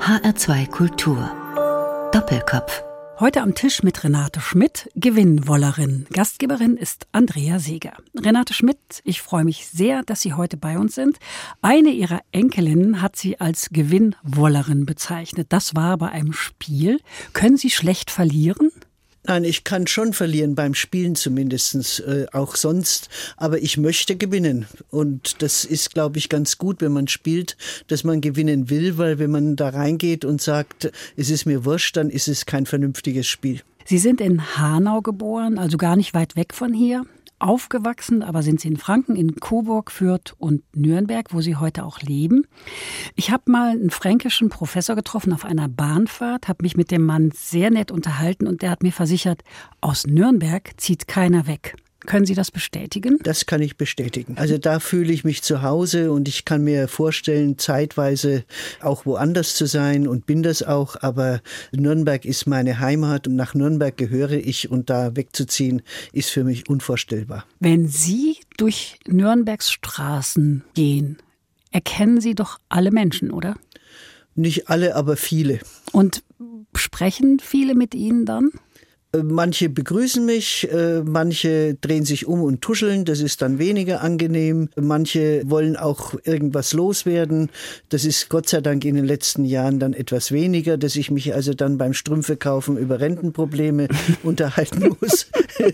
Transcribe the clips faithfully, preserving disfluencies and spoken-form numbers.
H R zwei Kultur Doppelkopf. Heute am Tisch mit Renate Schmidt, Gewinnwollerin. Gastgeberin ist Andrea Seeger. Renate Schmidt, ich freue mich sehr, dass Sie heute bei uns sind. Eine Ihrer Enkelinnen hat Sie als Gewinnwollerin bezeichnet. Das war bei einem Spiel. Können Sie schlecht verlieren? Nein, ich kann schon verlieren, beim Spielen zumindest, äh, auch sonst. Aber ich möchte gewinnen. Und das ist, glaube ich, ganz gut, wenn man spielt, dass man gewinnen will. Weil wenn man da reingeht und sagt, es ist mir wurscht, dann ist es kein vernünftiges Spiel. Sie sind in Hanau geboren, also gar nicht weit weg von hier. Aufgewachsen, aber sind Sie in Franken, in Coburg, Fürth und Nürnberg, wo Sie heute auch leben. Ich habe mal einen fränkischen Professor getroffen auf einer Bahnfahrt, habe mich mit dem Mann sehr nett unterhalten und der hat mir versichert, aus Nürnberg zieht keiner weg. Können Sie das bestätigen? Das kann ich bestätigen. Also da fühle ich mich zu Hause und ich kann mir vorstellen, zeitweise auch woanders zu sein und bin das auch. Aber Nürnberg ist meine Heimat und nach Nürnberg gehöre ich und da wegzuziehen ist für mich unvorstellbar. Wenn Sie durch Nürnbergs Straßen gehen, erkennen Sie doch alle Menschen, oder? Nicht alle, aber viele. Und sprechen viele mit Ihnen dann? Manche begrüßen mich, manche drehen sich um und tuscheln, das ist dann weniger angenehm. Manche wollen auch irgendwas loswerden. Das ist Gott sei Dank in den letzten Jahren dann etwas weniger, dass ich mich also dann beim Strümpfekaufen über Rentenprobleme unterhalten muss.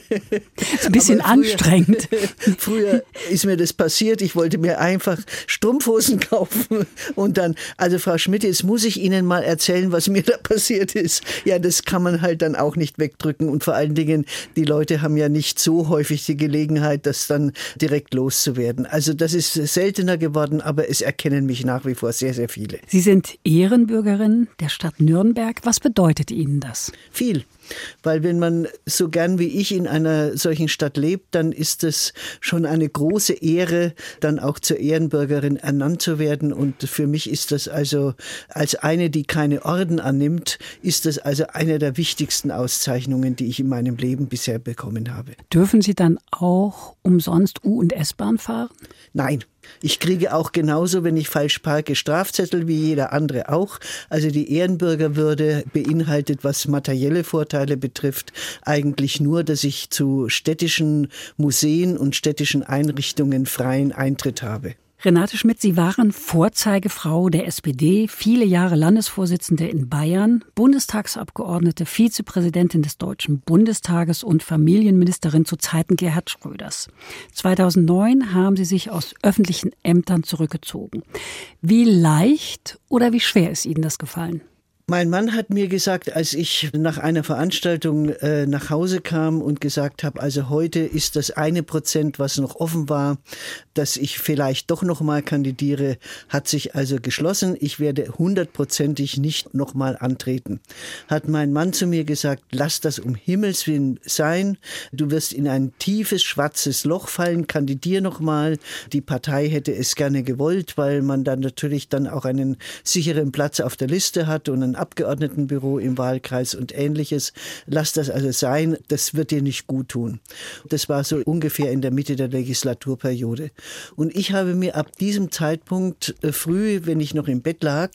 Das ist ein bisschen früher, anstrengend. Früher ist mir das passiert, ich wollte mir einfach Strumpfhosen kaufen und dann, also Frau Schmidt, jetzt muss ich Ihnen mal erzählen, was mir da passiert ist. Ja, das kann man halt dann auch nicht wegdrücken. Und vor allen Dingen, die Leute haben ja nicht so häufig die Gelegenheit, das dann direkt loszuwerden. Also das ist seltener geworden, aber es erkennen mich nach wie vor sehr, sehr viele. Sie sind Ehrenbürgerin der Stadt Nürnberg. Was bedeutet Ihnen das? Viel. Weil wenn man so gern wie ich in einer solchen Stadt lebt, dann ist es schon eine große Ehre, dann auch zur Ehrenbürgerin ernannt zu werden. Und für mich ist das also, als eine, die keine Orden annimmt, ist das also eine der wichtigsten Auszeichnungen, die ich in meinem Leben bisher bekommen habe. Dürfen Sie dann auch umsonst U- und S-Bahn fahren? Nein. Ich kriege auch genauso, wenn ich falsch parke, Strafzettel wie jeder andere auch. Also die Ehrenbürgerwürde beinhaltet, was materielle Vorteile betrifft, eigentlich nur, dass ich zu städtischen Museen und städtischen Einrichtungen freien Eintritt habe. Renate Schmidt, Sie waren Vorzeigefrau der S P D, viele Jahre Landesvorsitzende in Bayern, Bundestagsabgeordnete, Vizepräsidentin des Deutschen Bundestages und Familienministerin zu Zeiten Gerhard Schröders. zweitausendneun haben Sie sich aus öffentlichen Ämtern zurückgezogen. Wie leicht oder wie schwer ist Ihnen das gefallen? Mein Mann hat mir gesagt, als ich nach einer Veranstaltung äh, nach Hause kam und gesagt habe, also heute ist das eine Prozent, was noch offen war, dass ich vielleicht doch noch mal kandidiere, hat sich also geschlossen. Ich werde hundertprozentig nicht noch mal antreten. Hat mein Mann zu mir gesagt, lass das um Himmels Willen sein. Du wirst in ein tiefes, schwarzes Loch fallen, kandidier noch mal. Die Partei hätte es gerne gewollt, weil man dann natürlich dann auch einen sicheren Platz auf der Liste hat und ein Abgeordnetenbüro im Wahlkreis und Ähnliches. Lass das also sein, das wird dir nicht gut tun. Das war so ungefähr in der Mitte der Legislaturperiode. Und ich habe mir ab diesem Zeitpunkt früh, wenn ich noch im Bett lag,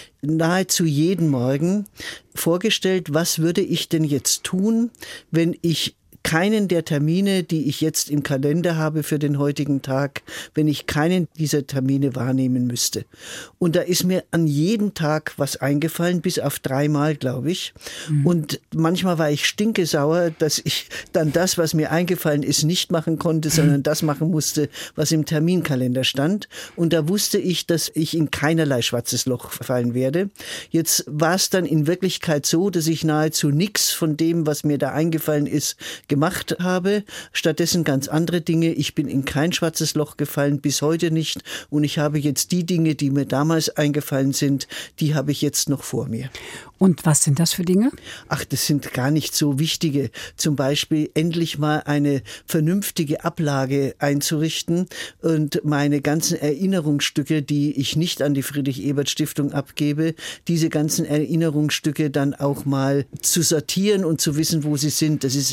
nahezu jeden Morgen vorgestellt, was würde ich denn jetzt tun, wenn ich keinen der Termine, die ich jetzt im Kalender habe für den heutigen Tag, wenn ich keinen dieser Termine wahrnehmen müsste. Und da ist mir an jedem Tag was eingefallen, bis auf dreimal, glaube ich. Mhm. Und manchmal war ich stinkesauer, dass ich dann das, was mir eingefallen ist, nicht machen konnte, sondern das machen musste, was im Terminkalender stand. Und da wusste ich, dass ich in keinerlei schwarzes Loch fallen werde. Jetzt war es dann in Wirklichkeit so, dass ich nahezu nichts von dem, was mir da eingefallen ist, gemacht habe. Stattdessen ganz andere Dinge. Ich bin in kein schwarzes Loch gefallen, bis heute nicht. Und ich habe jetzt die Dinge, die mir damals eingefallen sind, die habe ich jetzt noch vor mir. Und was sind das für Dinge? Ach, das sind gar nicht so wichtige. Zum Beispiel endlich mal eine vernünftige Ablage einzurichten und meine ganzen Erinnerungsstücke, die ich nicht an die Friedrich-Ebert-Stiftung abgebe, diese ganzen Erinnerungsstücke dann auch mal zu sortieren und zu wissen, wo sie sind. Das ist also nur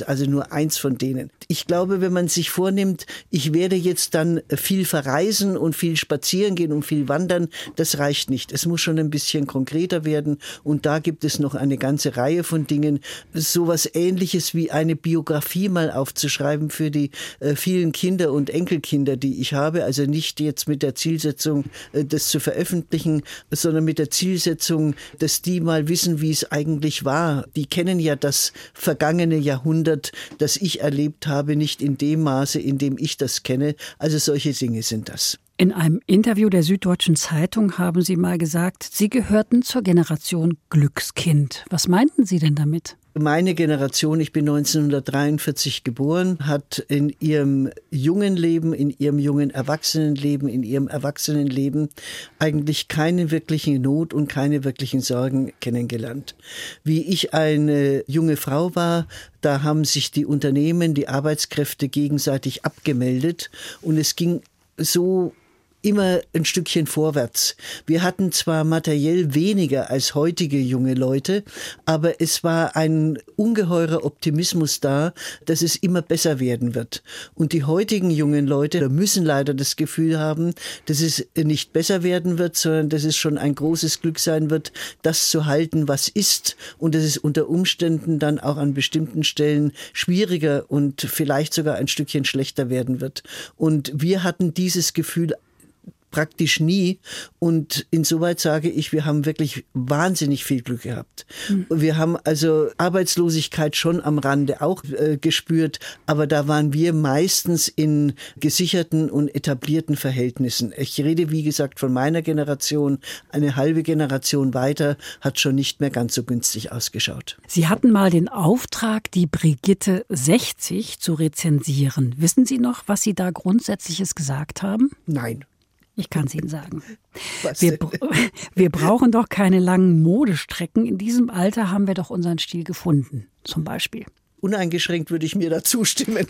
nur eins von denen. Ich glaube, wenn man sich vornimmt, ich werde jetzt dann viel verreisen und viel spazieren gehen und viel wandern, das reicht nicht. Es muss schon ein bisschen konkreter werden und da gibt es noch eine ganze Reihe von Dingen. Sowas Ähnliches wie eine Biografie mal aufzuschreiben für die äh, vielen Kinder und Enkelkinder, die ich habe. Also nicht jetzt mit der Zielsetzung, äh, das zu veröffentlichen, sondern mit der Zielsetzung, dass die mal wissen, wie es eigentlich war. Die kennen ja das vergangene Jahrhundert, das ich erlebt habe, habe nicht in dem Maße, in dem ich das kenne. Also solche Dinge sind das. In einem Interview der Süddeutschen Zeitung haben Sie mal gesagt, Sie gehörten zur Generation Glückskind. Was meinten Sie denn damit? Meine Generation, ich bin neunzehnhundertdreiundvierzig geboren, hat in ihrem jungen Leben, in ihrem jungen Erwachsenenleben, in ihrem Erwachsenenleben eigentlich keine wirklichen Not und keine wirklichen Sorgen kennengelernt. Wie ich eine junge Frau war, da haben sich die Unternehmen, die Arbeitskräfte gegenseitig abgemeldet und es ging so immer ein Stückchen vorwärts. Wir hatten zwar materiell weniger als heutige junge Leute, aber es war ein ungeheurer Optimismus da, dass es immer besser werden wird. Und die heutigen jungen Leute müssen leider das Gefühl haben, dass es nicht besser werden wird, sondern dass es schon ein großes Glück sein wird, das zu halten, was ist, und dass es unter Umständen dann auch an bestimmten Stellen schwieriger und vielleicht sogar ein Stückchen schlechter werden wird. Und wir hatten dieses Gefühl praktisch nie. Und insoweit sage ich, wir haben wirklich wahnsinnig viel Glück gehabt. Mhm. Wir haben also Arbeitslosigkeit schon am Rande auch äh, gespürt, aber da waren wir meistens in gesicherten und etablierten Verhältnissen. Ich rede, wie gesagt, von meiner Generation. Eine halbe Generation weiter hat schon nicht mehr ganz so günstig ausgeschaut. Sie hatten mal den Auftrag, die Brigitte sechzig zu rezensieren. Wissen Sie noch, was Sie da Grundsätzliches gesagt haben? Nein. Ich kann es Ihnen sagen. Wir, wir brauchen doch keine langen Modestrecken. In diesem Alter haben wir doch unseren Stil gefunden, zum Beispiel. Uneingeschränkt würde ich mir da zustimmen.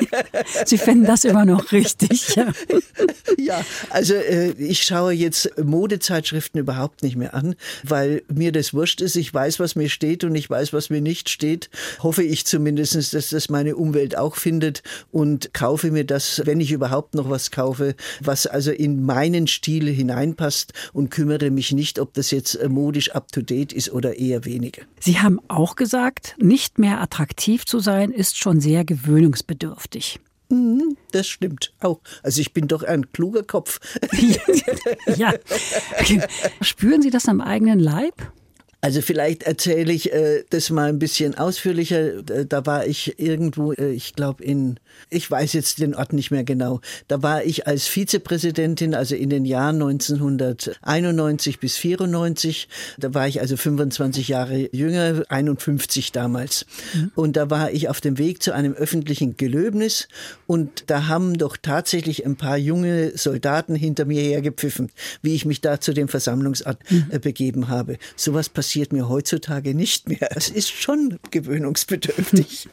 Sie finden das immer noch richtig. Ja, ja also äh, ich schaue jetzt Modezeitschriften überhaupt nicht mehr an, weil mir das wurscht ist. Ich weiß, was mir steht und ich weiß, was mir nicht steht. Hoffe ich zumindest, dass das meine Umwelt auch findet und kaufe mir das, wenn ich überhaupt noch was kaufe, was also in meinen Stil hineinpasst und kümmere mich nicht, ob das jetzt modisch up-to-date ist oder eher weniger. Sie haben auch gesagt, nicht mehr attraktiv zu sein, ist schon sehr gewöhnungsbedürftig. Das stimmt auch. Also ich bin doch ein kluger Kopf. Ja. Spüren Sie das am eigenen Leib? Also vielleicht erzähle ich äh, das mal ein bisschen ausführlicher. Da war ich irgendwo, äh, ich glaube in, ich weiß jetzt den Ort nicht mehr genau. Da war ich als Vizepräsidentin, also in den Jahren neunzehnhunderteinundneunzig bis vierundneunzig. Da war ich also fünfundzwanzig Jahre jünger, einundfünfzig damals. Mhm. Und da war ich auf dem Weg zu einem öffentlichen Gelöbnis und da haben doch tatsächlich ein paar junge Soldaten hinter mir hergepfiffen, wie ich mich da zu dem Versammlungsort mhm. äh, begeben habe. Sowas passiert passiert mir heutzutage nicht mehr. Es ist schon gewöhnungsbedürftig.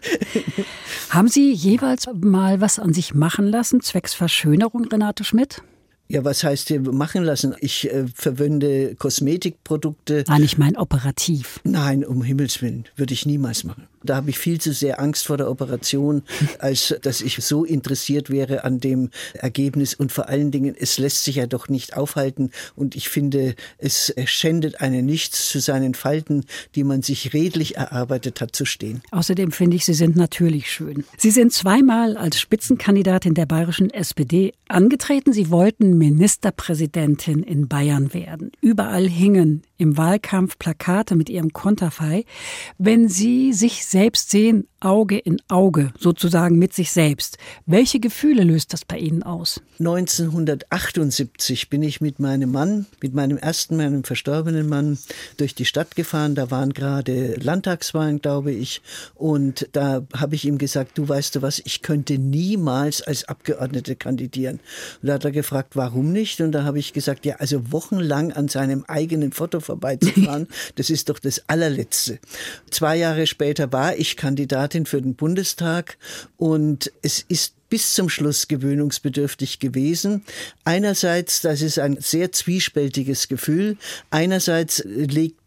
Haben Sie jeweils mal was an sich machen lassen, zwecks Verschönerung, Renate Schmidt? Ja, was heißt hier machen lassen? Ich äh, verwende Kosmetikprodukte. Nein, ich meine operativ. Nein, um Himmels Willen, würde ich niemals machen. Da habe ich viel zu sehr Angst vor der Operation, als dass ich so interessiert wäre an dem Ergebnis. Und vor allen Dingen, es lässt sich ja doch nicht aufhalten. Und ich finde, es schändet einen nichts, zu seinen Falten, die man sich redlich erarbeitet hat, zu stehen. Außerdem finde ich, Sie sind natürlich schön. Sie sind zweimal als Spitzenkandidatin der bayerischen S P D angetreten. Sie wollten Ministerpräsidentin in Bayern werden. Überall hingen im Wahlkampf Plakate mit ihrem Konterfei. Wenn Sie sich selbst sehen, Auge in Auge, sozusagen mit sich selbst, welche Gefühle löst das bei Ihnen aus? neunzehnhundertachtundsiebzig bin ich mit meinem Mann, mit meinem ersten, meinem verstorbenen Mann, durch die Stadt gefahren. Da waren gerade Landtagswahlen, glaube ich. Und da habe ich ihm gesagt, du weißt du was, ich könnte niemals als Abgeordnete kandidieren. Und da hat er gefragt, warum nicht? Und da habe ich gesagt, ja, also wochenlang an seinem eigenen Foto vorbeizufahren, das ist doch das allerletzte. Zwei Jahre später war ich Kandidatin für den Bundestag und es ist bis zum Schluss gewöhnungsbedürftig gewesen. Einerseits, das ist ein sehr zwiespältiges Gefühl. Einerseits legt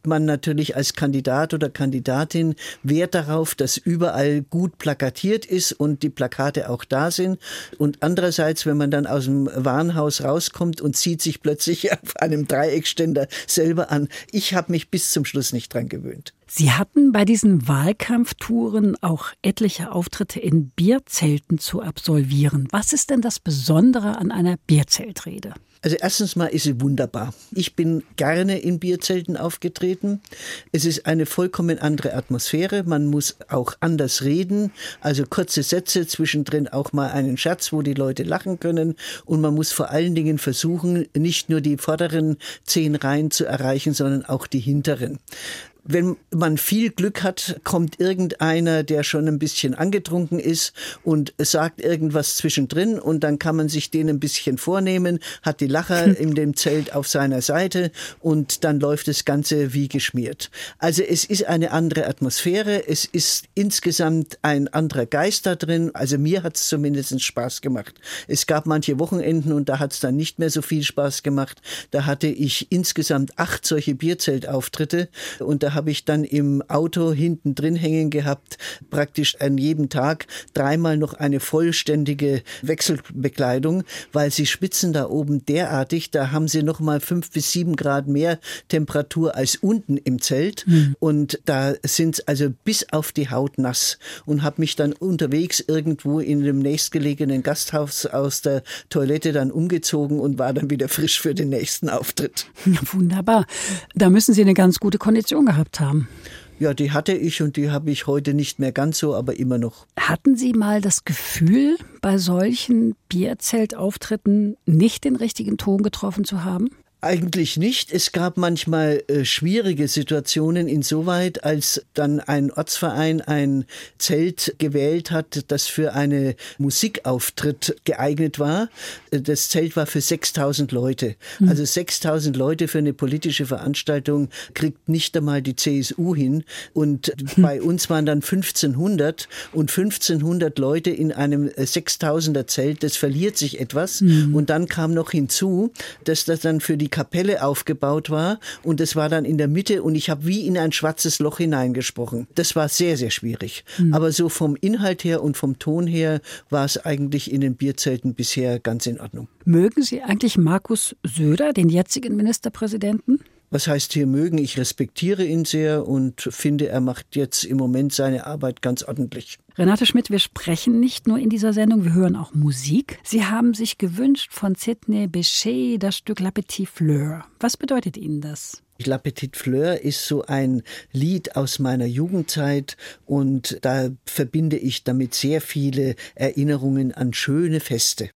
man natürlich als Kandidat oder Kandidatin Wert darauf, dass überall gut plakatiert ist und die Plakate auch da sind. Und andererseits, wenn man dann aus dem Warenhaus rauskommt und sieht sich plötzlich auf einem Dreieckständer selber an. Ich habe mich bis zum Schluss nicht dran gewöhnt. Sie hatten bei diesen Wahlkampftouren auch etliche Auftritte in Bierzelten zu absolvieren. Was ist denn das Besondere an einer Bierzeltrede? Also erstens mal ist sie wunderbar. Ich bin gerne in Bierzelten aufgetreten. Es ist eine vollkommen andere Atmosphäre. Man muss auch anders reden. Also kurze Sätze, zwischendrin auch mal einen Scherz, wo die Leute lachen können. Und man muss vor allen Dingen versuchen, nicht nur die vorderen zehn Reihen zu erreichen, sondern auch die hinteren. Wenn man viel Glück hat, kommt irgendeiner, der schon ein bisschen angetrunken ist und sagt irgendwas zwischendrin und dann kann man sich den ein bisschen vornehmen, hat die Lacher in dem Zelt auf seiner Seite und dann läuft das Ganze wie geschmiert. Also es ist eine andere Atmosphäre, es ist insgesamt ein anderer Geist da drin, also mir hat es zumindest Spaß gemacht. Es gab manche Wochenenden und da hat es dann nicht mehr so viel Spaß gemacht. Da hatte ich insgesamt acht solche Bierzeltauftritte und da habe ich dann im Auto hinten drin hängen gehabt, praktisch an jedem Tag dreimal noch eine vollständige Wechselbekleidung, weil sie schwitzen da oben derartig, da haben sie noch mal fünf bis sieben Grad mehr Temperatur als unten im Zelt mhm. und da sind sie also bis auf die Haut nass und habe mich dann unterwegs irgendwo in dem nächstgelegenen Gasthaus aus der Toilette dann umgezogen und war dann wieder frisch für den nächsten Auftritt. Ja, wunderbar. Da müssen Sie eine ganz gute Kondition gehabt haben. Ja, die hatte ich und die habe ich heute nicht mehr ganz so, aber immer noch. Hatten Sie mal das Gefühl, bei solchen Bierzeltauftritten nicht den richtigen Ton getroffen zu haben? Eigentlich nicht. Es gab manchmal äh, schwierige Situationen insoweit, als dann ein Ortsverein ein Zelt gewählt hat, das für einen Musikauftritt geeignet war. Das Zelt war für sechstausend Leute. Mhm. Also sechstausend Leute für eine politische Veranstaltung kriegt nicht einmal die C S U hin. Und mhm. bei uns waren dann fünfzehnhundert und fünfzehnhundert Leute in einem sechstausender Zelt. Das verliert sich etwas. Mhm. Und dann kam noch hinzu, dass das dann für die Kapelle aufgebaut war und es war dann in der Mitte und ich habe wie in ein schwarzes Loch hineingesprochen. Das war sehr, sehr schwierig. Mhm. Aber so vom Inhalt her und vom Ton her war es eigentlich in den Bierzelten bisher ganz in Ordnung. Mögen Sie eigentlich Markus Söder, den jetzigen Ministerpräsidenten? Was heißt hier mögen? Ich respektiere ihn sehr und finde, er macht jetzt im Moment seine Arbeit ganz ordentlich. Renate Schmidt, wir sprechen nicht nur in dieser Sendung, wir hören auch Musik. Sie haben sich gewünscht von Sidney Bechet das Stück La Petite Fleur. Was bedeutet Ihnen das? La Petite Fleur ist so ein Lied aus meiner Jugendzeit und da verbinde ich damit sehr viele Erinnerungen an schöne Feste.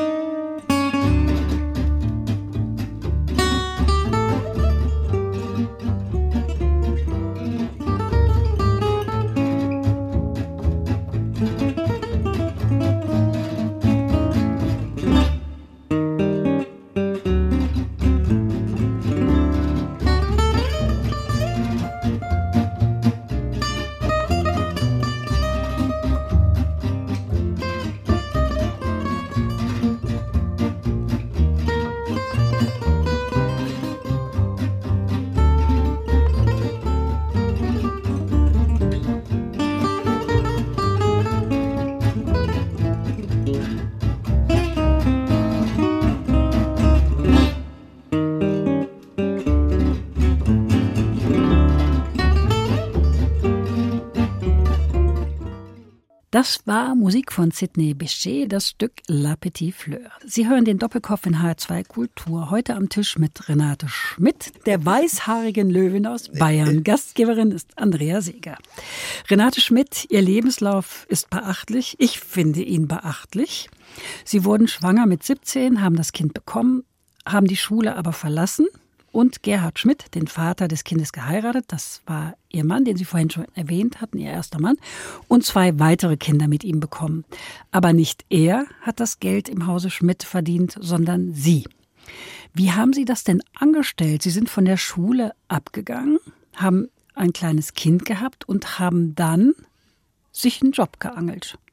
Das war Musik von Sidney Bechet, das Stück La Petite Fleur. Sie hören den Doppelkopf in H R zwei Kultur. Heute am Tisch mit Renate Schmidt, der weißhaarigen Löwin aus Bayern. Gastgeberin ist Andrea Seeger. Renate Schmidt, Ihr Lebenslauf ist beachtlich. Ich finde ihn beachtlich. Sie wurden schwanger mit siebzehn, haben das Kind bekommen, haben die Schule aber verlassen und Gerhard Schmidt, den Vater des Kindes, geheiratet. Das war ihr Mann, den Sie vorhin schon erwähnt hatten, ihr erster Mann, und zwei weitere Kinder mit ihm bekommen. Aber nicht er hat das Geld im Hause Schmidt verdient, sondern Sie. Wie haben Sie das denn angestellt? Sie sind von der Schule abgegangen, haben ein kleines Kind gehabt und haben dann sich einen Job geangelt.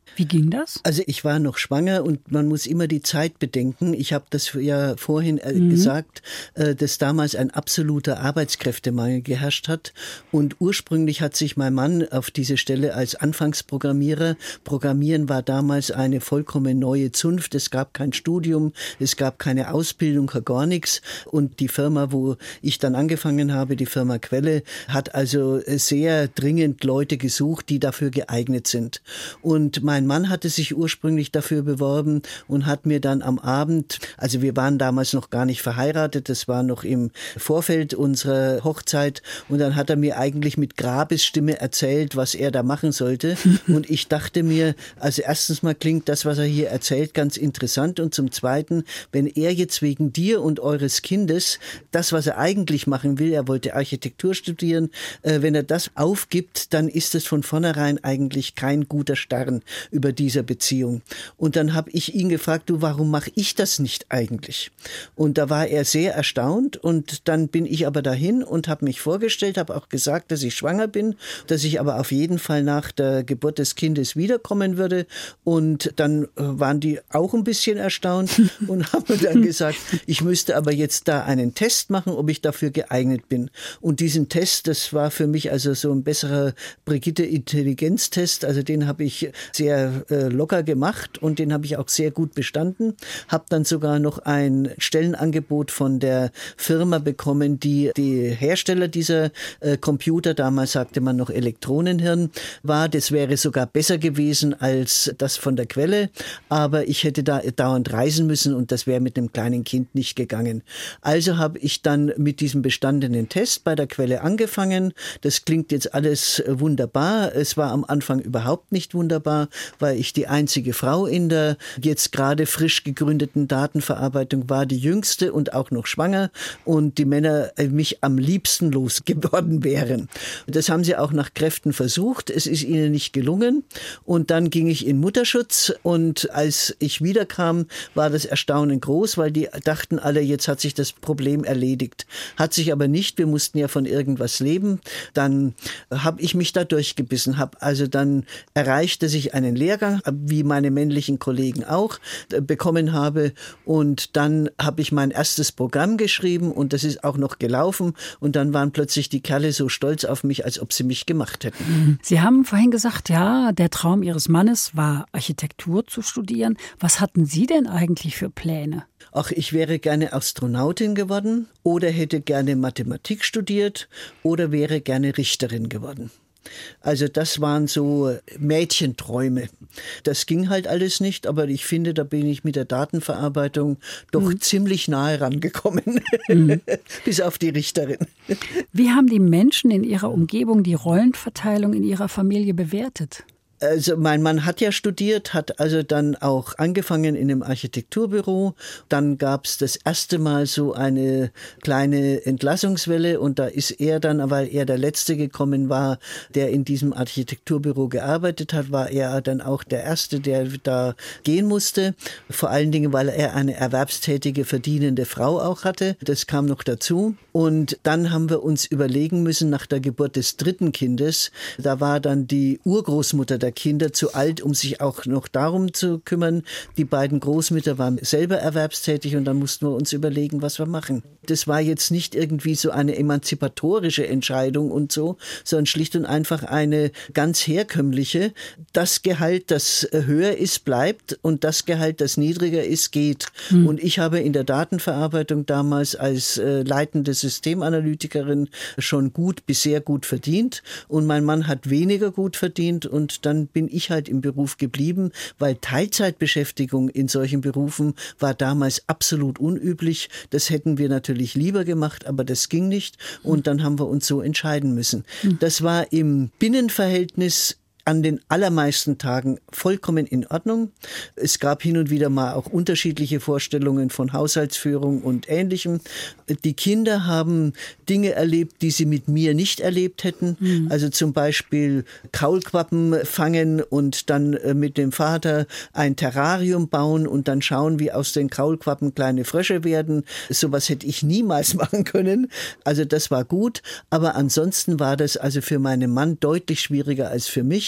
Wie ging das? Also ich war noch schwanger und man muss immer die Zeit bedenken. Ich habe das ja vorhin äh, mhm. gesagt, äh, dass damals ein absoluter Arbeitskräftemangel geherrscht hat. Und ursprünglich hat sich mein Mann auf diese Stelle als Anfangsprogrammierer, Programmieren war damals eine vollkommen neue Zunft. Es gab kein Studium, es gab keine Ausbildung, gar nichts. Und die Firma, wo ich dann angefangen habe, die Firma Quelle, hat also sehr dringend Leute gesucht, die dafür geeignet sind. Und mein Mein Mann hatte sich ursprünglich dafür beworben und hat mir dann am Abend, also wir waren damals noch gar nicht verheiratet, das war noch im Vorfeld unserer Hochzeit, und dann hat er mir eigentlich mit Grabesstimme erzählt, was er da machen sollte. Und ich dachte mir, also erstens mal klingt das, was er hier erzählt, ganz interessant, und zum Zweiten, wenn er jetzt wegen dir und eures Kindes das, was er eigentlich machen will, er wollte Architektur studieren, äh, wenn er das aufgibt, dann ist es von vornherein eigentlich kein guter Stern über dieser Beziehung. Und dann habe ich ihn gefragt, du, warum mache ich das nicht eigentlich? Und da war er sehr erstaunt, und dann bin ich aber dahin und habe mich vorgestellt, habe auch gesagt, dass ich schwanger bin, dass ich aber auf jeden Fall nach der Geburt des Kindes wiederkommen würde, und dann waren die auch ein bisschen erstaunt und haben dann gesagt, ich müsste aber jetzt da einen Test machen, ob ich dafür geeignet bin. Und diesen Test, das war für mich also so ein besserer Brigitte-Intelligenztest, also den habe ich sehr äh, locker gemacht und den habe ich auch sehr gut bestanden. Habe dann sogar noch ein Stellenangebot von der Firma bekommen, die die Hersteller dieser äh, Computer, damals sagte man noch Elektronenhirn, war. Das wäre sogar besser gewesen als das von der Quelle, aber ich hätte da dauernd reisen müssen und das wäre mit einem kleinen Kind nicht gegangen. Also habe ich dann mit diesem bestandenen Test bei der Quelle angefangen. Das klingt jetzt alles wunderbar. Es war am Anfang überhaupt nicht wunderbar, weil ich die einzige Frau in der jetzt gerade frisch gegründeten Datenverarbeitung war, die jüngste und auch noch schwanger, und die Männer mich am liebsten losgeworden wären. Das haben sie auch nach Kräften versucht. Es ist ihnen nicht gelungen, und dann ging ich in Mutterschutz, und als ich wiederkam, war das Erstaunen groß, weil die dachten alle, jetzt hat sich das Problem erledigt. Hat sich aber nicht. Wir mussten ja von irgendwas leben. Dann habe ich mich da durchgebissen, habe also dann erreicht, dass ich einen Lehrgang, wie meine männlichen Kollegen auch, bekommen habe, und dann habe ich mein erstes Programm geschrieben, und das ist auch noch gelaufen, und dann waren plötzlich die Kerle so stolz auf mich, als ob sie mich gemacht hätten. Sie haben vorhin gesagt, ja, der Traum Ihres Mannes war, Architektur zu studieren. Was hatten Sie denn eigentlich für Pläne? Ach, ich wäre gerne Astronautin geworden oder hätte gerne Mathematik studiert oder wäre gerne Richterin geworden. Also das waren so Mädchenträume. Das ging halt alles nicht, aber ich finde, da bin ich mit der Datenverarbeitung doch mhm. ziemlich nahe rangekommen, mhm. bis auf die Richterin. Wie haben die Menschen in Ihrer Umgebung die Rollenverteilung in Ihrer Familie bewertet? Also mein Mann hat ja studiert, hat also dann auch angefangen in einem Architekturbüro. Dann gab es das erste Mal so eine kleine Entlassungswelle, und da ist er dann, weil er der Letzte gekommen war, der in diesem Architekturbüro gearbeitet hat, war er dann auch der Erste, der da gehen musste. Vor allen Dingen, weil er eine erwerbstätige, verdienende Frau auch hatte. Das kam noch dazu. Und dann haben wir uns überlegen müssen, nach der Geburt des dritten Kindes, da war dann die Urgroßmutter der Kinder zu alt, um sich auch noch darum zu kümmern. Die beiden Großmütter waren selber erwerbstätig, und dann mussten wir uns überlegen, was wir machen. Das war jetzt nicht irgendwie so eine emanzipatorische Entscheidung und so, sondern schlicht und einfach eine ganz herkömmliche. Das Gehalt, das höher ist, bleibt, und das Gehalt, das niedriger ist, geht. Hm. Und ich habe in der Datenverarbeitung damals als äh, leitende Systemanalytikerin schon gut bis sehr gut verdient, und mein Mann hat weniger gut verdient, und dann bin ich halt im Beruf geblieben, weil Teilzeitbeschäftigung in solchen Berufen war damals absolut unüblich. Das hätten wir natürlich lieber gemacht, aber das ging nicht, und dann haben wir uns so entscheiden müssen. Das war im Binnenverhältnis an den allermeisten Tagen vollkommen in Ordnung. Es gab hin und wieder mal auch unterschiedliche Vorstellungen von Haushaltsführung und Ähnlichem. Die Kinder haben Dinge erlebt, die sie mit mir nicht erlebt hätten. Mhm. Also zum Beispiel Kaulquappen fangen und dann mit dem Vater ein Terrarium bauen und dann schauen, wie aus den Kaulquappen kleine Frösche werden. Sowas hätte ich niemals machen können. Also das war gut. Aber ansonsten war das also für meinen Mann deutlich schwieriger als für mich.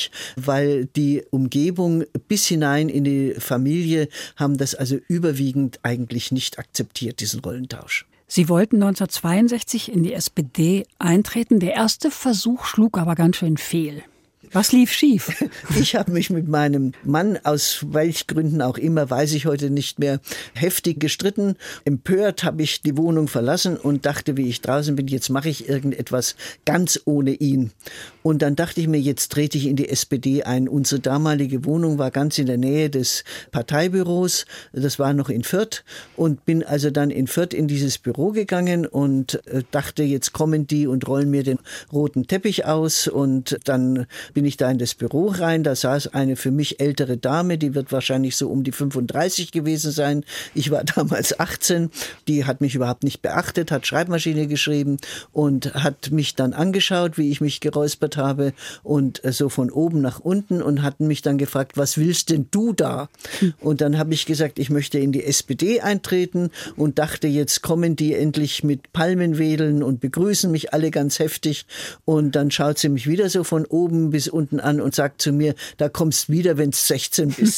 mich, weil die Umgebung bis hinein in die Familie haben das also überwiegend eigentlich nicht akzeptiert, diesen Rollentausch. Sie wollten neunzehnhundertzweiundsechzig in die S P D eintreten. Der erste Versuch schlug aber ganz schön fehl. Was lief schief? Ich habe mich mit meinem Mann, aus welchen Gründen auch immer, weiß ich heute nicht mehr, heftig gestritten. Empört habe ich die Wohnung verlassen und dachte, wie ich draußen bin, jetzt mache ich irgendetwas ganz ohne ihn. Und dann dachte ich mir, jetzt trete ich in die S P D ein. Unsere damalige Wohnung war ganz in der Nähe des Parteibüros. Das war noch in Fürth. Und bin also dann in Fürth in dieses Büro gegangen und dachte, jetzt kommen die und rollen mir den roten Teppich aus. Und dann bin ich da in das Büro rein, da saß eine für mich ältere Dame, die wird wahrscheinlich so um die fünfunddreißig gewesen sein. Ich war damals achtzehn, die hat mich überhaupt nicht beachtet, hat Schreibmaschine geschrieben und hat mich dann angeschaut, wie ich mich geräuspert habe und so von oben nach unten und hat mich dann gefragt, was willst denn du da? Und dann habe ich gesagt, ich möchte in die S P D eintreten und dachte, jetzt kommen die endlich mit Palmenwedeln und begrüßen mich alle ganz heftig und dann schaut sie mich wieder so von oben bis unten an und sagt zu mir, da kommst wieder, wenn du sechzehn bist.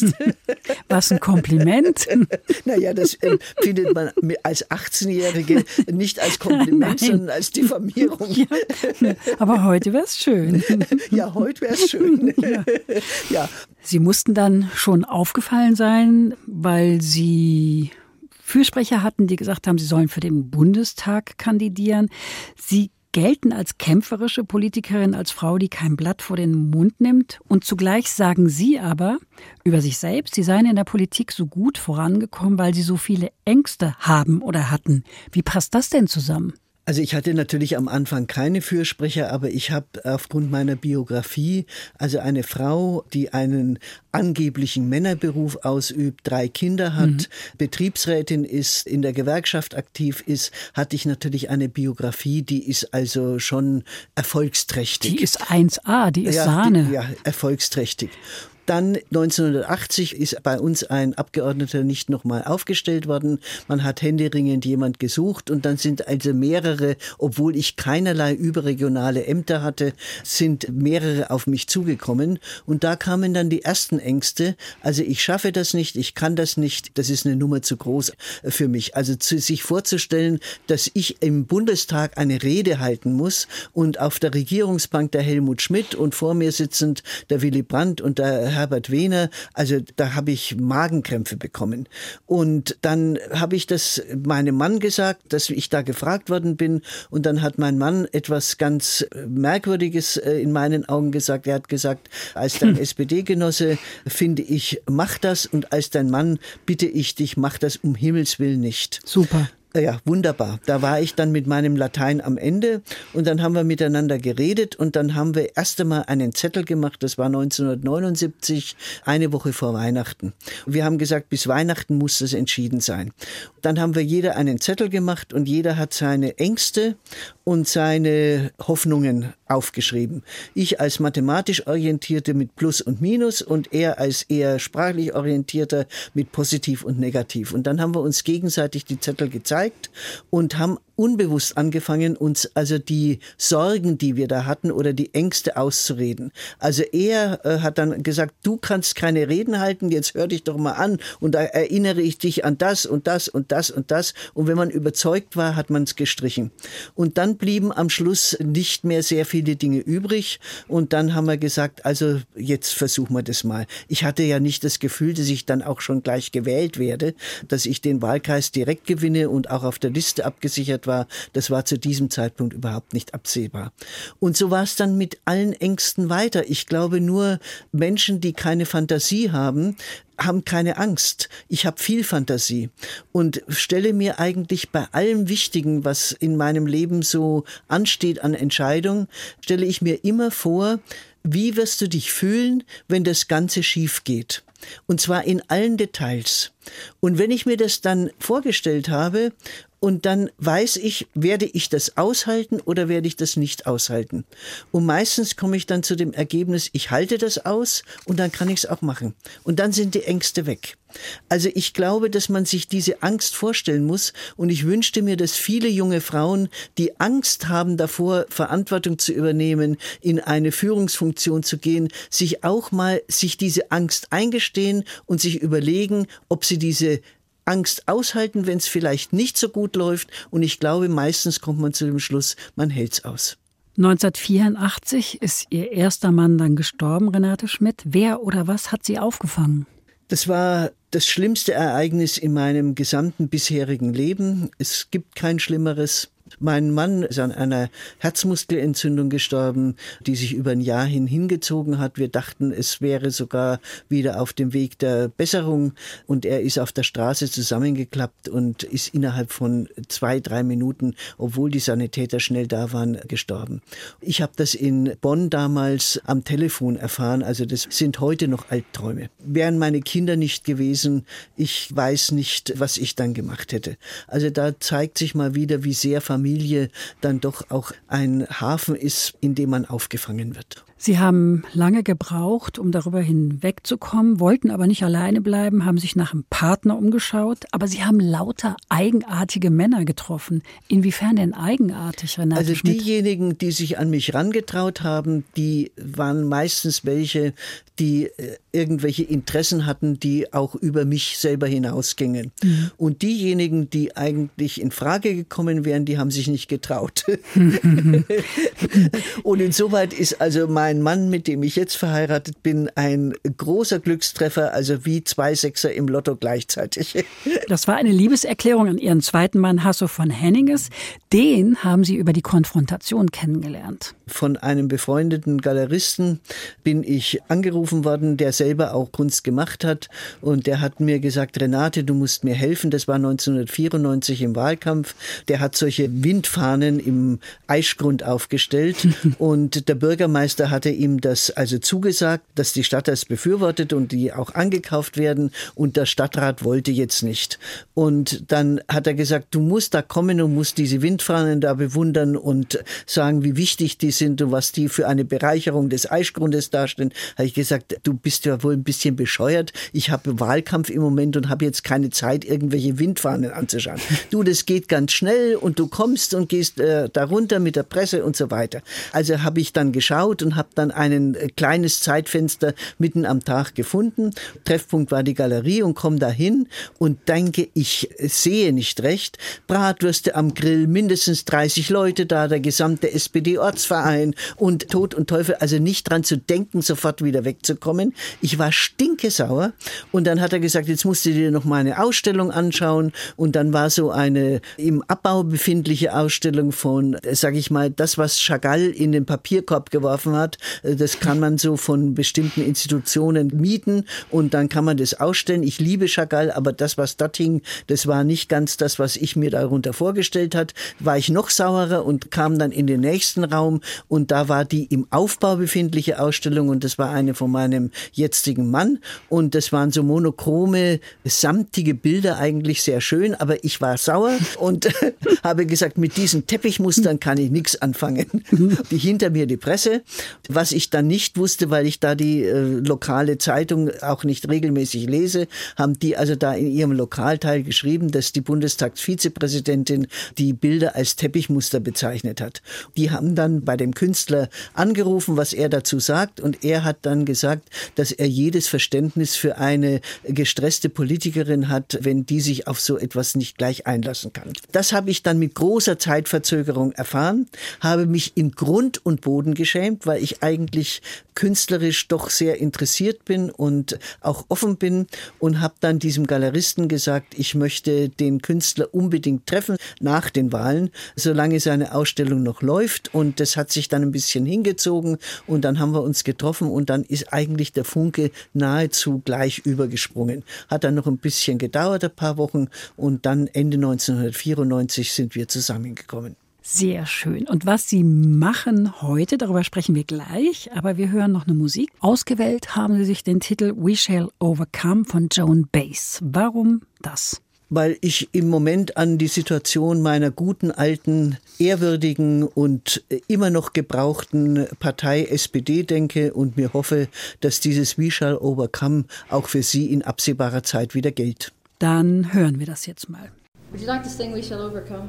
Was ein Kompliment. Naja, das äh, findet man als achtzehnjährige nicht als Kompliment, Nein. sondern als Diffamierung. Ja, aber heute wäre es schön. Ja, heute wäre es schön. Ja. Ja. Sie mussten dann schon aufgefallen sein, weil Sie Fürsprecher hatten, die gesagt haben, Sie sollen für den Bundestag kandidieren. Sie gelten als kämpferische Politikerin, als Frau, die kein Blatt vor den Mund nimmt. Und zugleich sagen Sie aber über sich selbst, Sie seien in der Politik so gut vorangekommen, weil Sie so viele Ängste haben oder hatten. Wie passt das denn zusammen? Also ich hatte natürlich am Anfang keine Fürsprecher, aber ich habe aufgrund meiner Biografie, also eine Frau, die einen angeblichen Männerberuf ausübt, drei Kinder hat, mhm. Betriebsrätin ist, in der Gewerkschaft aktiv ist, hatte ich natürlich eine Biografie, die ist also schon erfolgsträchtig. Die ist eins A, die ist ja, Sahne. Die, ja, erfolgsträchtig. Dann neunzehnhundertachtzig ist bei uns ein Abgeordneter nicht nochmal aufgestellt worden. Man hat händeringend jemand gesucht und dann sind also mehrere, obwohl ich keinerlei überregionale Ämter hatte, sind mehrere auf mich zugekommen. Und da kamen dann die ersten Ängste. Also ich schaffe das nicht, ich kann das nicht, das ist eine Nummer zu groß für mich. Also zu, sich vorzustellen, dass ich im Bundestag eine Rede halten muss und auf der Regierungsbank der Helmut Schmidt und vor mir sitzend der Willy Brandt und der Herbert Wehner, also da habe ich Magenkrämpfe bekommen. Und dann habe ich das meinem Mann gesagt, dass ich da gefragt worden bin. Und dann hat mein Mann etwas ganz Merkwürdiges in meinen Augen gesagt. Er hat gesagt, als dein hm. S P D-Genosse finde ich, mach das. Und als dein Mann bitte ich dich, mach das um Himmels Willen nicht. Super. Ja, wunderbar. Da war ich dann mit meinem Latein am Ende und dann haben wir miteinander geredet und dann haben wir erst einmal einen Zettel gemacht, das war neunzehnhundertneunundsiebzig, eine Woche vor Weihnachten. Wir haben gesagt, bis Weihnachten muss das entschieden sein. Dann haben wir jeder einen Zettel gemacht und jeder hat seine Ängste und seine Hoffnungen aufgeschrieben. Ich als mathematisch Orientierte mit Plus und Minus und er als eher sprachlich Orientierter mit Positiv und Negativ. Und dann haben wir uns gegenseitig die Zettel gezeigt und haben unbewusst angefangen, uns also die Sorgen, die wir da hatten oder die Ängste auszureden. Also er äh, hat dann gesagt, du kannst keine Reden halten, jetzt hör dich doch mal an und da erinnere ich dich an das und das und das und das. Und wenn man überzeugt war, hat man es gestrichen. Und dann blieben am Schluss nicht mehr sehr viele Dinge übrig und dann haben wir gesagt, also jetzt versuchen wir das mal. Ich hatte ja nicht das Gefühl, dass ich dann auch schon gleich gewählt werde, dass ich den Wahlkreis direkt gewinne und auch auf der Liste abgesichert war, das war zu diesem Zeitpunkt überhaupt nicht absehbar. Und so war es dann mit allen Ängsten weiter. Ich glaube, nur Menschen, die keine Fantasie haben, haben keine Angst. Ich habe viel Fantasie und stelle mir eigentlich bei allem Wichtigen, was in meinem Leben so ansteht an Entscheidungen, stelle ich mir immer vor, wie wirst du dich fühlen, wenn das Ganze schief geht? Und zwar in allen Details. Und wenn ich mir das dann vorgestellt habe Und dann weiß ich, werde ich das aushalten oder werde ich das nicht aushalten? Und meistens komme ich dann zu dem Ergebnis, ich halte das aus und dann kann ich es auch machen. Und dann sind die Ängste weg. Also ich glaube, dass man sich diese Angst vorstellen muss und ich wünschte mir, dass viele junge Frauen, die Angst haben davor, Verantwortung zu übernehmen, in eine Führungsfunktion zu gehen, sich auch mal sich diese Angst eingestehen und sich überlegen, ob sie diese Angst aushalten, wenn es vielleicht nicht so gut läuft. Und ich glaube, meistens kommt man zu dem Schluss, man hält's aus. neunzehnhundertvierundachtzig ist Ihr erster Mann dann gestorben, Renate Schmidt. Wer oder was hat Sie aufgefangen? Das war das schlimmste Ereignis in meinem gesamten bisherigen Leben. Es gibt kein Schlimmeres. Mein Mann ist an einer Herzmuskelentzündung gestorben, die sich über ein Jahr hin hingezogen hat. Wir dachten, es wäre sogar wieder auf dem Weg der Besserung. Und er ist auf der Straße zusammengeklappt und ist innerhalb von zwei, drei Minuten, obwohl die Sanitäter schnell da waren, gestorben. Ich habe das in Bonn damals am Telefon erfahren. Also das sind heute noch Albträume. Wären meine Kinder nicht gewesen, ich weiß nicht, was ich dann gemacht hätte. Also da zeigt sich mal wieder, wie sehr Familie dann doch auch ein Hafen ist, in dem man aufgefangen wird. Sie haben lange gebraucht, um darüber hinwegzukommen, wollten aber nicht alleine bleiben, haben sich nach einem Partner umgeschaut, aber Sie haben lauter eigenartige Männer getroffen. Inwiefern denn eigenartig, Renate Also Schmidt? Diejenigen, die sich an mich rangetraut haben, die waren meistens welche, die irgendwelche Interessen hatten, die auch über mich selber hinausgingen. Mhm. Und diejenigen, die eigentlich in Frage gekommen wären, die haben sich nicht getraut. Und insoweit ist also mein Mann, mit dem ich jetzt verheiratet bin, ein großer Glückstreffer, also wie zwei Sechser im Lotto gleichzeitig. Das war eine Liebeserklärung an Ihren zweiten Mann Hasso von Henninges. Den haben Sie über die Konfrontation kennengelernt. Von einem befreundeten Galeristen bin ich angerufen worden, der selber auch Kunst gemacht hat. Und der hat mir gesagt, Renate, du musst mir helfen. Das war neunzehnhundertvierundneunzig im Wahlkampf. Der hat solche Windfahnen im Aischgrund aufgestellt. Und der Bürgermeister hatte ihm das also zugesagt, dass die Stadt das befürwortet und die auch angekauft werden. Und der Stadtrat wollte jetzt nicht. Und dann hat er gesagt, du musst da kommen und musst diese Windfahnen da bewundern und sagen, wie wichtig die sind und was die für eine Bereicherung des Aischgrundes darstellen. Habe ich gesagt, du bist ja wohl ein bisschen bescheuert. Ich habe Wahlkampf im Moment und habe jetzt keine Zeit, irgendwelche Windfahnen anzuschauen. Du, das geht ganz schnell und du kommst und gehst äh, da runter mit der Presse und so weiter. Also habe ich dann geschaut und habe dann ein äh, kleines Zeitfenster mitten am Tag gefunden. Treffpunkt war die Galerie und komme da hin und denke, ich sehe nicht recht. Bratwürste am Grill, mindestens dreißig Leute da, der gesamte S P D-Ortsverein und Tod und Teufel, also nicht dran zu denken, sofort wieder wegzukommen. Ich war stinkesauer und dann hat er gesagt, jetzt musst du dir noch mal eine Ausstellung anschauen und dann war so eine im Abbau befindliche Ausstellung von, sag ich mal, das, was Chagall in den Papierkorb geworfen hat, das kann man so von bestimmten Institutionen mieten und dann kann man das ausstellen. Ich liebe Chagall, aber das, was dort hing, das war nicht ganz das, was ich mir darunter vorgestellt hat. War ich noch saurer und kam dann in den nächsten Raum und da war die im Aufbau befindliche Ausstellung und das war eine von meinem jetzigen Mann und das waren so monochrome, samtige Bilder, eigentlich sehr schön, aber ich war sauer und habe gesagt, mit diesen Teppichmustern kann ich nichts anfangen. Die hinter mir die Presse, was ich dann nicht wusste, weil ich da die äh, lokale Zeitung auch nicht regelmäßig lese, haben die also da in ihrem Lokalteil geschrieben, dass die Bundestagsvizepräsidentin die Bilder als Teppichmuster bezeichnet hat. Die haben dann bei dem Künstler angerufen, was er dazu sagt und er hat dann gesagt, dass er jedes Verständnis für eine gestresste Politikerin hat, wenn die sich auf so etwas nicht gleich einlassen kann. Das habe ich dann mit großer Zeitverzögerung erfahren, habe mich in Grund und Boden geschämt, weil ich eigentlich künstlerisch doch sehr interessiert bin und auch offen bin und habe dann diesem Galeristen gesagt, ich möchte den Künstler unbedingt treffen nach den Wahlen, solange seine Ausstellung noch läuft und das hat sich dann ein bisschen hingezogen und dann haben wir uns getroffen und dann ist eigentlich der Funke nahezu gleich übergesprungen. Hat dann noch ein bisschen gedauert, ein paar Wochen und dann Ende neunzehnhundertvierundneunzig sind wir zusammengekommen. Sehr schön. Und was Sie machen heute, darüber sprechen wir gleich, aber wir hören noch eine Musik. Ausgewählt haben Sie sich den Titel We Shall Overcome von Joan Baez. Warum das? weil ich im Moment an die Situation meiner guten, alten, ehrwürdigen und immer noch gebrauchten Partei S P D denke und mir hoffe, dass dieses We Shall Overcome auch für Sie in absehbarer Zeit wieder gilt. Dann hören wir das jetzt mal. Would you like to sing We Shall Overcome?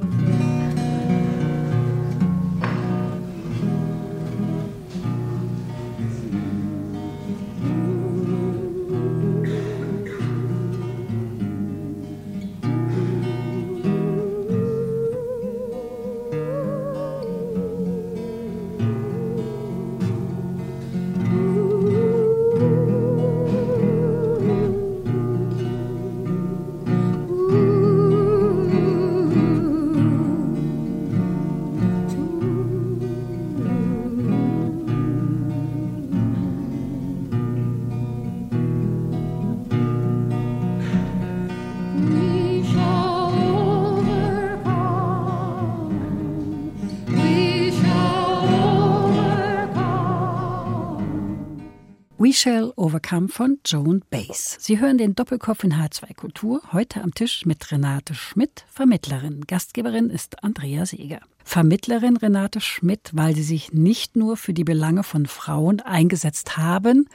We Shall Overcome von Joan Baez. Sie hören den Doppelkopf in H zwei Kultur, heute am Tisch mit Renate Schmidt, Vermittlerin. Gastgeberin ist Andrea Seeger. Vermittlerin Renate Schmidt, weil sie sich nicht nur für die Belange von Frauen eingesetzt haben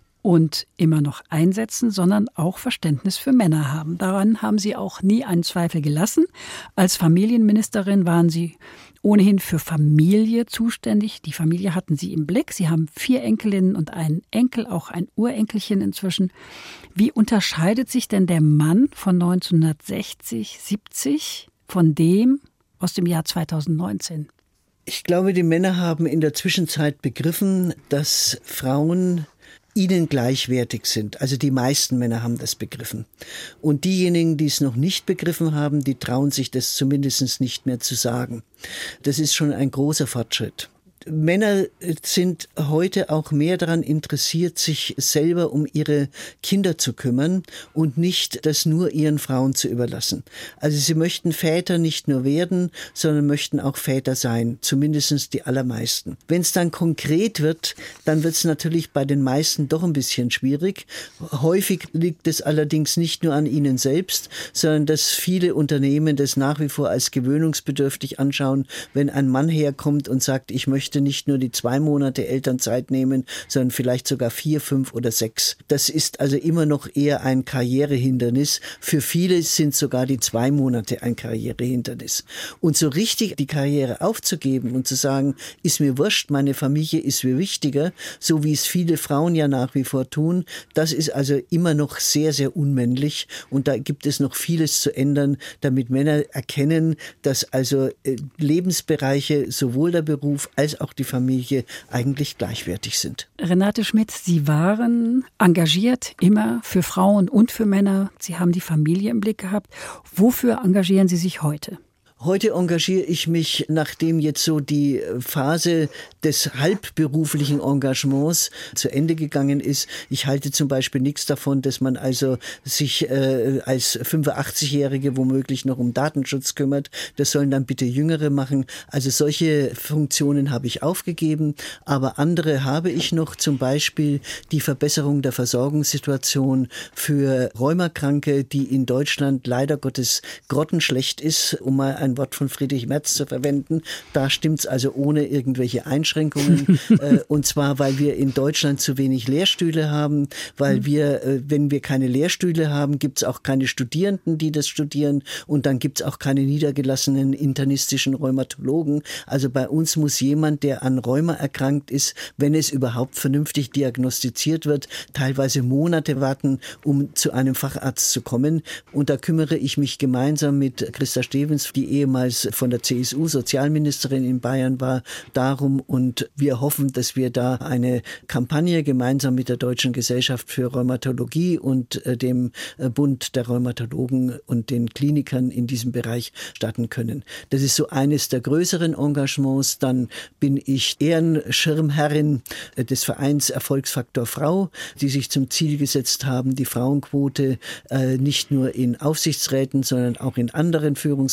und immer noch einsetzen, sondern auch Verständnis für Männer haben. Daran haben sie auch nie einen Zweifel gelassen. Als Familienministerin waren sie ohnehin für Familie zuständig. Die Familie hatten sie im Blick. Sie haben vier Enkelinnen und einen Enkel, auch ein Urenkelchen inzwischen. Wie unterscheidet sich denn der Mann von neunzehnhundertsechzig, siebzig von dem aus dem Jahr zweitausendneunzehn? Ich glaube, die Männer haben in der Zwischenzeit begriffen, dass Frauen ihnen gleichwertig sind. Also die meisten Männer haben das begriffen. Und diejenigen, die es noch nicht begriffen haben, die trauen sich das zumindest nicht mehr zu sagen. Das ist schon ein großer Fortschritt. Männer sind heute auch mehr daran interessiert, sich selber um ihre Kinder zu kümmern und nicht das nur ihren Frauen zu überlassen. Also sie möchten Väter nicht nur werden, sondern möchten auch Väter sein, zumindest die allermeisten. Wenn es dann konkret wird, dann wird es natürlich bei den meisten doch ein bisschen schwierig. Häufig liegt es allerdings nicht nur an ihnen selbst, sondern dass viele Unternehmen das nach wie vor als gewöhnungsbedürftig anschauen, wenn ein Mann herkommt und sagt, ich möchte nicht nur die zwei Monate Elternzeit nehmen, sondern vielleicht sogar vier, fünf oder sechs. Das ist also immer noch eher ein Karrierehindernis. Für viele sind sogar die zwei Monate ein Karrierehindernis. Und so richtig die Karriere aufzugeben und zu sagen, ist mir wurscht, meine Familie ist mir wichtiger, so wie es viele Frauen ja nach wie vor tun, das ist also immer noch sehr, sehr unmännlich. Und da gibt es noch vieles zu ändern, damit Männer erkennen, dass also Lebensbereiche, sowohl der Beruf als auch die Familie eigentlich gleichwertig sind. Renate Schmidt, Sie waren engagiert immer für Frauen und für Männer. Sie haben die Familie im Blick gehabt. Wofür engagieren Sie sich heute? Heute engagiere ich mich, nachdem jetzt so die Phase des halbberuflichen Engagements zu Ende gegangen ist. Ich halte zum Beispiel nichts davon, dass man also sich äh, als fünfundachtzigjährige womöglich noch um Datenschutz kümmert. Das sollen dann bitte Jüngere machen. Also solche Funktionen habe ich aufgegeben, aber andere habe ich noch, zum Beispiel die Verbesserung der Versorgungssituation für Rheumakranke, die in Deutschland leider Gottes grottenschlecht ist, um mal ein Wort von Friedrich Merz zu verwenden. Da stimmt's also ohne irgendwelche Einschränkungen. äh, und zwar, weil wir in Deutschland zu wenig Lehrstühle haben, weil wir, äh, wenn wir keine Lehrstühle haben, gibt's auch keine Studierenden, die das studieren, und dann gibt's auch keine niedergelassenen internistischen Rheumatologen. Also bei uns muss jemand, der an Rheuma erkrankt ist, wenn es überhaupt vernünftig diagnostiziert wird, teilweise Monate warten, um zu einem Facharzt zu kommen. Und da kümmere ich mich gemeinsam mit Christa Stevens, die ehemals von der C S U Sozialministerin in Bayern war, darum, und wir hoffen, dass wir da eine Kampagne gemeinsam mit der Deutschen Gesellschaft für Rheumatologie und äh, dem äh, Bund der Rheumatologen und den Klinikern in diesem Bereich starten können. Das ist so eines der größeren Engagements. Dann bin ich Ehrenschirmherrin äh, des Vereins Erfolgsfaktor Frau, die sich zum Ziel gesetzt haben, die Frauenquote äh, nicht nur in Aufsichtsräten, sondern auch in anderen Führungspositionen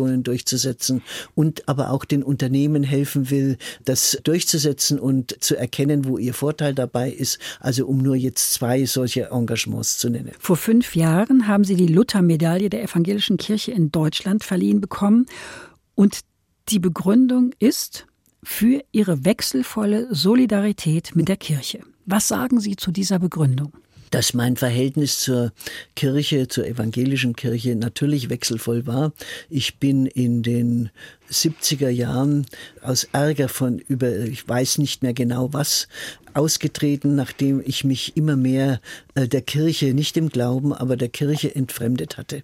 Positionen durchzusetzen und aber auch den Unternehmen helfen will, das durchzusetzen und zu erkennen, wo ihr Vorteil dabei ist. Also um nur jetzt zwei solche Engagements zu nennen. Vor fünf Jahren haben Sie die Luther-Medaille der Evangelischen Kirche in Deutschland verliehen bekommen. Und die Begründung ist für Ihre wechselvolle Solidarität mit der Kirche. Was sagen Sie zu dieser Begründung? Dass mein Verhältnis zur Kirche, zur evangelischen Kirche natürlich wechselvoll war. Ich bin in den siebziger Jahren aus Ärger von über, ich weiß nicht mehr genau was, ausgetreten, nachdem ich mich immer mehr äh, der Kirche, nicht dem Glauben, aber der Kirche entfremdet hatte.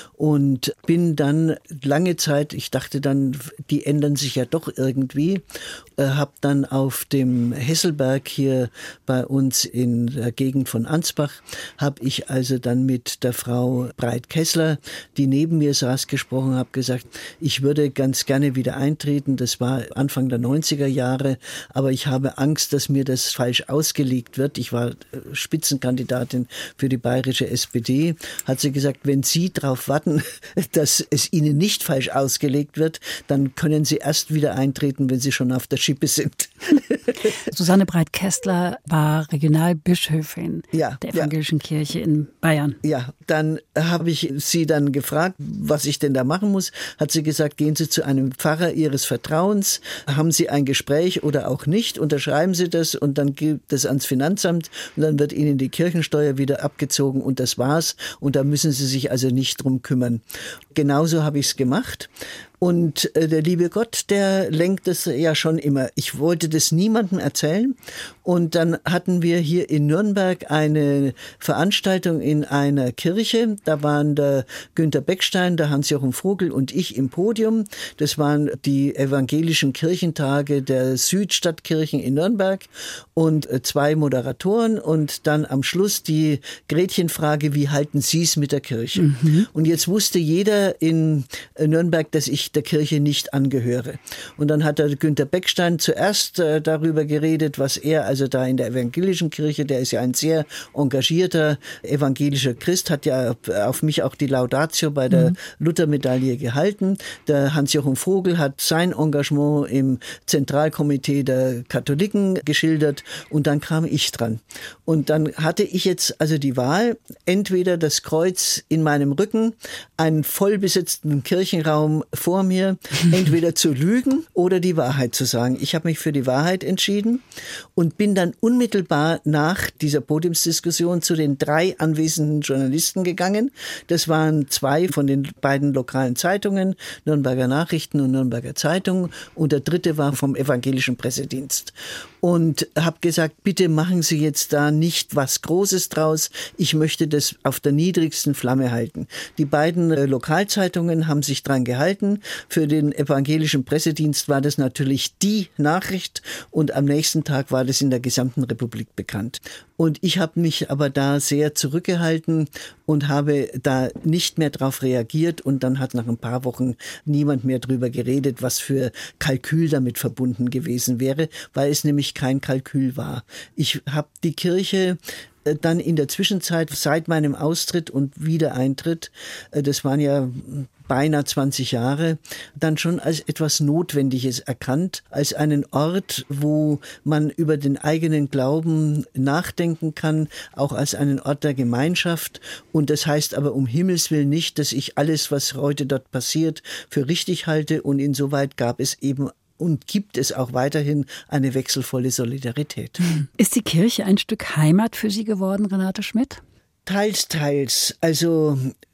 Und bin dann lange Zeit, ich dachte dann, die ändern sich ja doch irgendwie, äh, habe dann auf dem Hesselberg hier bei uns in der Gegend von Ansbach, habe ich also dann mit der Frau Breit-Kessler, die neben mir saß, gesprochen, habe gesagt, ich würde ganz gerne wieder eintreten. Das war Anfang der neunziger Jahre, aber ich habe Angst, dass mir das falsch ausgelegt wird. Ich war Spitzenkandidatin für die bayerische S P D. Hat sie gesagt, wenn Sie darauf warten, dass es Ihnen nicht falsch ausgelegt wird, dann können Sie erst wieder eintreten, wenn Sie schon auf der Schippe sind. Susanne Breit-Kessler war Regionalbischöfin ja, der Evangelischen ja. Kirche in Bayern. Ja, dann habe ich sie dann gefragt, was ich denn da machen muss. Hat sie gesagt, gehen Sie zu einem Pfarrer Ihres Vertrauens, haben Sie ein Gespräch oder auch nicht, unterschreiben Sie das und dann gibt es ans Finanzamt und dann wird Ihnen die Kirchensteuer wieder abgezogen und das war's. Und da müssen Sie sich also nicht drum kümmern. Genauso habe ich es gemacht. Und äh, der liebe Gott, der lenkt es ja schon immer. Ich wollte das niemandem erzählen. Und dann hatten wir hier in Nürnberg eine Veranstaltung in einer Kirche. Da waren der Günter Beckstein, der Hans-Jochen Vogel und ich im Podium. Das waren die evangelischen Kirchentage der Südstadtkirchen in Nürnberg und äh, zwei Moderatoren. Und dann am Schluss die Gretchenfrage, wie halten Sie es mit der Kirche? Mhm. Und jetzt wusste jeder in äh, Nürnberg, dass ich der Kirche nicht angehöre. Und dann hat der Günter Beckstein zuerst äh, darüber geredet, was er also da in der evangelischen Kirche, der ist ja ein sehr engagierter evangelischer Christ, hat ja auf mich auch die Laudatio bei der mhm. Luther-Medaille gehalten. Der Hans-Jochen Vogel hat sein Engagement im Zentralkomitee der Katholiken geschildert und dann kam ich dran. Und dann hatte ich jetzt also die Wahl, entweder das Kreuz in meinem Rücken, einen vollbesetzten Kirchenraum vor mir, entweder zu lügen oder die Wahrheit zu sagen. Ich habe mich für die Wahrheit entschieden und bin dann unmittelbar nach dieser Podiumsdiskussion zu den drei anwesenden Journalisten gegangen. Das waren zwei von den beiden lokalen Zeitungen, Nürnberger Nachrichten und Nürnberger Zeitung, und der dritte war vom evangelischen Pressedienst. Und habe gesagt, bitte machen Sie jetzt da nicht was Großes draus. Ich möchte das auf der niedrigsten Flamme halten. Die beiden äh, Lokalzeitungen haben sich dran gehalten. Für den evangelischen Pressedienst war das natürlich die Nachricht und am nächsten Tag war das in der gesamten Republik bekannt. Und ich habe mich aber da sehr zurückgehalten und habe da nicht mehr drauf reagiert und dann hat nach ein paar Wochen niemand mehr drüber geredet, was für Kalkül damit verbunden gewesen wäre, weil es nämlich kein Kalkül war. Ich habe die Kirche dann in der Zwischenzeit seit meinem Austritt und Wiedereintritt, das waren ja beinahe zwanzig Jahre, dann schon als etwas Notwendiges erkannt, als einen Ort, wo man über den eigenen Glauben nachdenken kann, auch als einen Ort der Gemeinschaft. Und das heißt aber um Himmels Willen nicht, dass ich alles, was heute dort passiert, für richtig halte. Und insoweit gab es eben und gibt es auch weiterhin eine wechselvolle Solidarität. Ist die Kirche ein Stück Heimat für Sie geworden, Renate Schmidt? Teils, teils. Also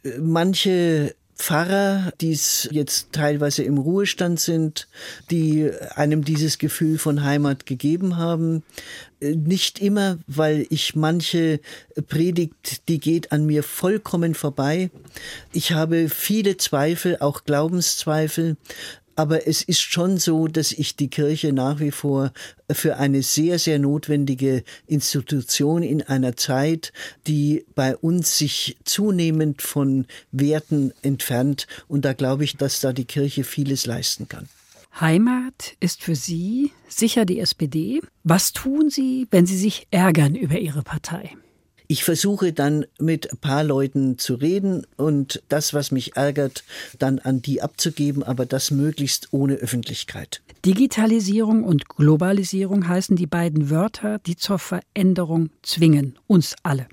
manche Pfarrer, die jetzt teilweise im Ruhestand sind, die einem dieses Gefühl von Heimat gegeben haben. Nicht immer, weil ich manche Predigt, die geht an mir vollkommen vorbei. Ich habe viele Zweifel, auch Glaubenszweifel. Aber es ist schon so, dass ich die Kirche nach wie vor für eine sehr, sehr notwendige Institution in einer Zeit, die bei uns sich zunehmend von Werten entfernt. Und da glaube ich, dass da die Kirche vieles leisten kann. Heimat ist für Sie sicher die S P D. Was tun Sie, wenn Sie sich ärgern über Ihre Partei? Ich versuche dann mit ein paar Leuten zu reden und das, was mich ärgert, dann an die abzugeben, aber das möglichst ohne Öffentlichkeit. Digitalisierung und Globalisierung heißen die beiden Wörter, die zur Veränderung zwingen, uns alle.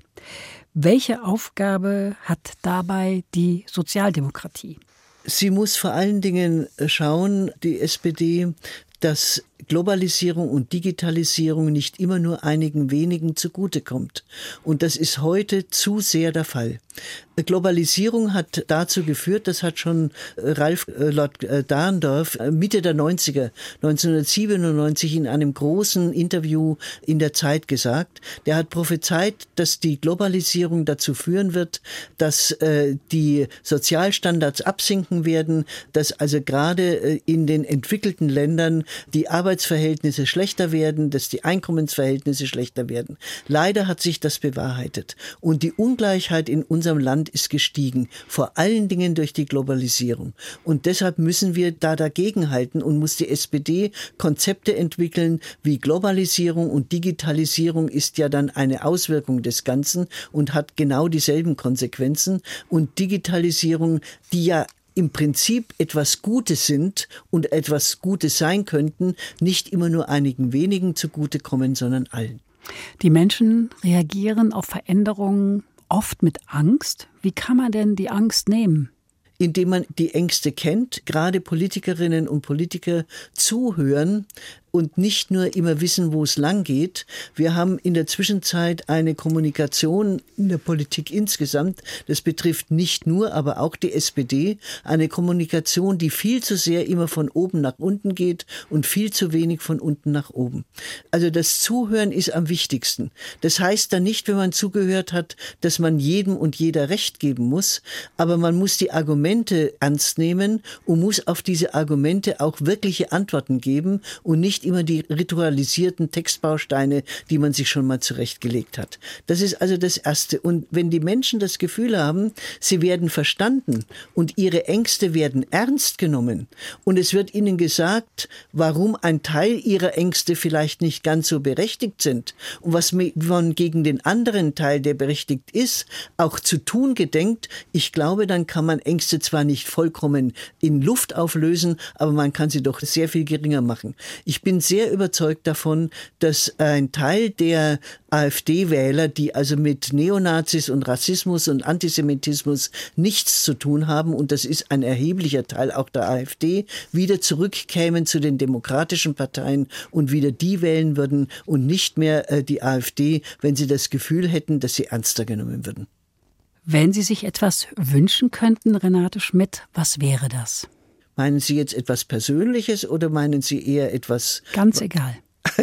Welche Aufgabe hat dabei die Sozialdemokratie? Sie muss vor allen Dingen schauen, die S P D, dass Globalisierung und Digitalisierung nicht immer nur einigen wenigen zugutekommt. Und das ist heute zu sehr der Fall. Globalisierung hat dazu geführt, das hat schon Ralph Lord Dahrendorf Mitte der neunziger, neunzehnhundertsiebenundneunzig in einem großen Interview in der Zeit gesagt. Der hat prophezeit, dass die Globalisierung dazu führen wird, dass äh, die Sozialstandards absinken werden, dass also gerade äh, in den entwickelten Ländern die Arbeitsverhältnisse schlechter werden, dass die Einkommensverhältnisse schlechter werden. Leider hat sich das bewahrheitet. Und die Ungleichheit in unserem Land ist gestiegen, vor allen Dingen durch die Globalisierung. Und deshalb müssen wir da dagegenhalten und muss die S P D Konzepte entwickeln, wie Globalisierung und Digitalisierung ist ja dann eine Auswirkung des Ganzen und hat genau dieselben Konsequenzen. Und Digitalisierung, die ja im Prinzip etwas Gutes sind und etwas Gutes sein könnten, nicht immer nur einigen wenigen zugutekommen, sondern allen. Die Menschen reagieren auf Veränderungen oft mit Angst. Wie kann man denn die Angst nehmen? Indem man die Ängste kennt, gerade Politikerinnen und Politiker zuhören und nicht nur immer wissen, wo es lang geht. Wir haben in der Zwischenzeit eine Kommunikation in der Politik insgesamt, das betrifft nicht nur, aber auch die S P D, eine Kommunikation, die viel zu sehr immer von oben nach unten geht und viel zu wenig von unten nach oben. Also das Zuhören ist am wichtigsten. Das heißt dann nicht, wenn man zugehört hat, dass man jedem und jeder Recht geben muss, aber man muss die Argumente ernst nehmen und muss auf diese Argumente auch wirkliche Antworten geben und nicht immer die ritualisierten Textbausteine, die man sich schon mal zurechtgelegt hat. Das ist also das Erste. Und wenn die Menschen das Gefühl haben, sie werden verstanden und ihre Ängste werden ernst genommen und es wird ihnen gesagt, warum ein Teil ihrer Ängste vielleicht nicht ganz so berechtigt sind und was man gegen den anderen Teil, der berechtigt ist, auch zu tun gedenkt, ich glaube, dann kann man Ängste zwar nicht vollkommen in Luft auflösen, aber man kann sie doch sehr viel geringer machen. Ich bin sehr überzeugt davon, dass ein Teil der AfD-Wähler, die also mit Neonazis und Rassismus und Antisemitismus nichts zu tun haben, und das ist ein erheblicher Teil auch der AfD, wieder zurückkämen zu den demokratischen Parteien und wieder die wählen würden und nicht mehr äh, die AfD, wenn sie das Gefühl hätten, dass sie ernster genommen würden. Wenn Sie sich etwas wünschen könnten, Renate Schmidt, was wäre das? Meinen Sie jetzt etwas Persönliches oder meinen Sie eher etwas... Ganz egal.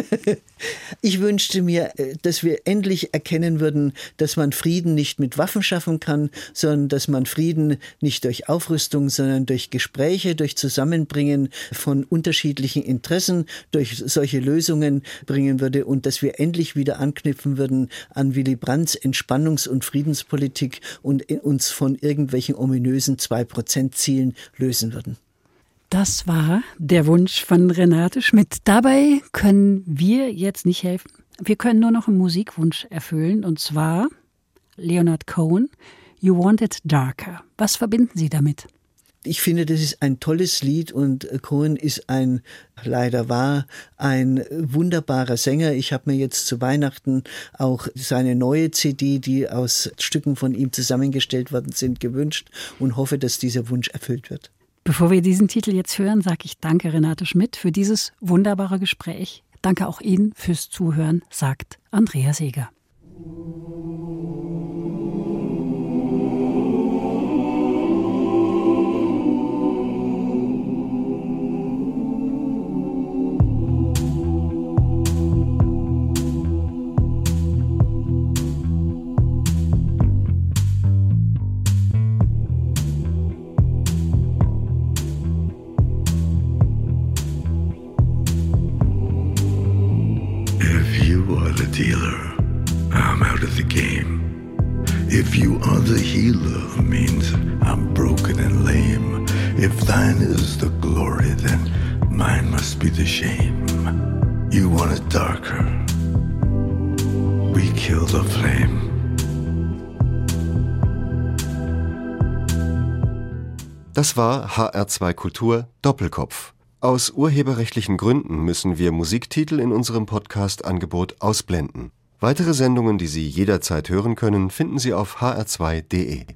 Ich wünschte mir, dass wir endlich erkennen würden, dass man Frieden nicht mit Waffen schaffen kann, sondern dass man Frieden nicht durch Aufrüstung, sondern durch Gespräche, durch Zusammenbringen von unterschiedlichen Interessen, durch solche Lösungen bringen würde und dass wir endlich wieder anknüpfen würden an Willy Brandts Entspannungs- und Friedenspolitik und uns von irgendwelchen ominösen zwei Prozent Zielen lösen würden. Das war der Wunsch von Renate Schmidt. Dabei können wir jetzt nicht helfen. Wir können nur noch einen Musikwunsch erfüllen, und zwar Leonard Cohen, You Want It Darker. Was verbinden Sie damit? Ich finde, das ist ein tolles Lied und Cohen ist ein, leider wahr, ein wunderbarer Sänger. Ich habe mir jetzt zu Weihnachten auch seine neue C D, die aus Stücken von ihm zusammengestellt worden sind, gewünscht und hoffe, dass dieser Wunsch erfüllt wird. Bevor wir diesen Titel jetzt hören, sage ich danke Renate Schmidt für dieses wunderbare Gespräch. Danke auch Ihnen fürs Zuhören, sagt Andrea Seeger. Dealer, I'm out of the game. If you are the healer, means I'm broken and lame. If thine is the glory, then mine must be the shame. You want it darker, we kill the flame. Das war H R zwei Kultur Doppelkopf. Aus urheberrechtlichen Gründen müssen wir Musiktitel in unserem Podcast-Angebot ausblenden. Weitere Sendungen, die Sie jederzeit hören können, finden Sie auf h r zwei punkt d e.